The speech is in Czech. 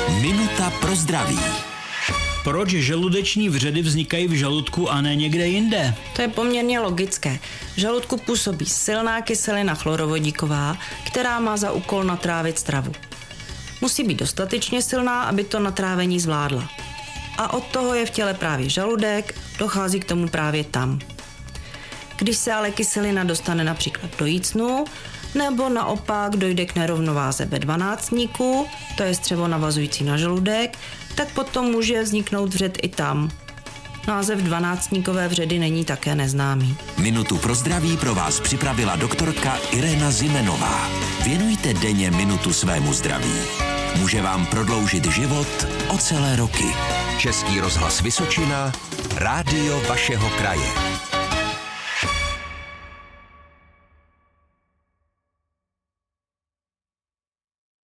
Minuta pro zdraví. Proč žaludeční vředy vznikají v žaludku a ne někde jinde? To je poměrně logické. V žaludku působí silná kyselina chlorovodíková, která má za úkol natrávit stravu. Musí být dostatečně silná, aby to natrávení zvládla. A od toho je v těle právě žaludek, dochází k tomu právě tam. Když se ale kyselina dostane například do jícnu, nebo naopak dojde k nerovnováze ve dvanáctníku, to je střevo navazující na žaludek, tak potom může vzniknout vřed i tam. Název dvanáctníkové vředy není také neznámý. Minutu pro zdraví pro vás připravila doktorka Irena Zimenová. Věnujte denně minutu svému zdraví. Může vám prodloužit život o celé roky. Český rozhlas Vysočina, rádio vašeho kraje.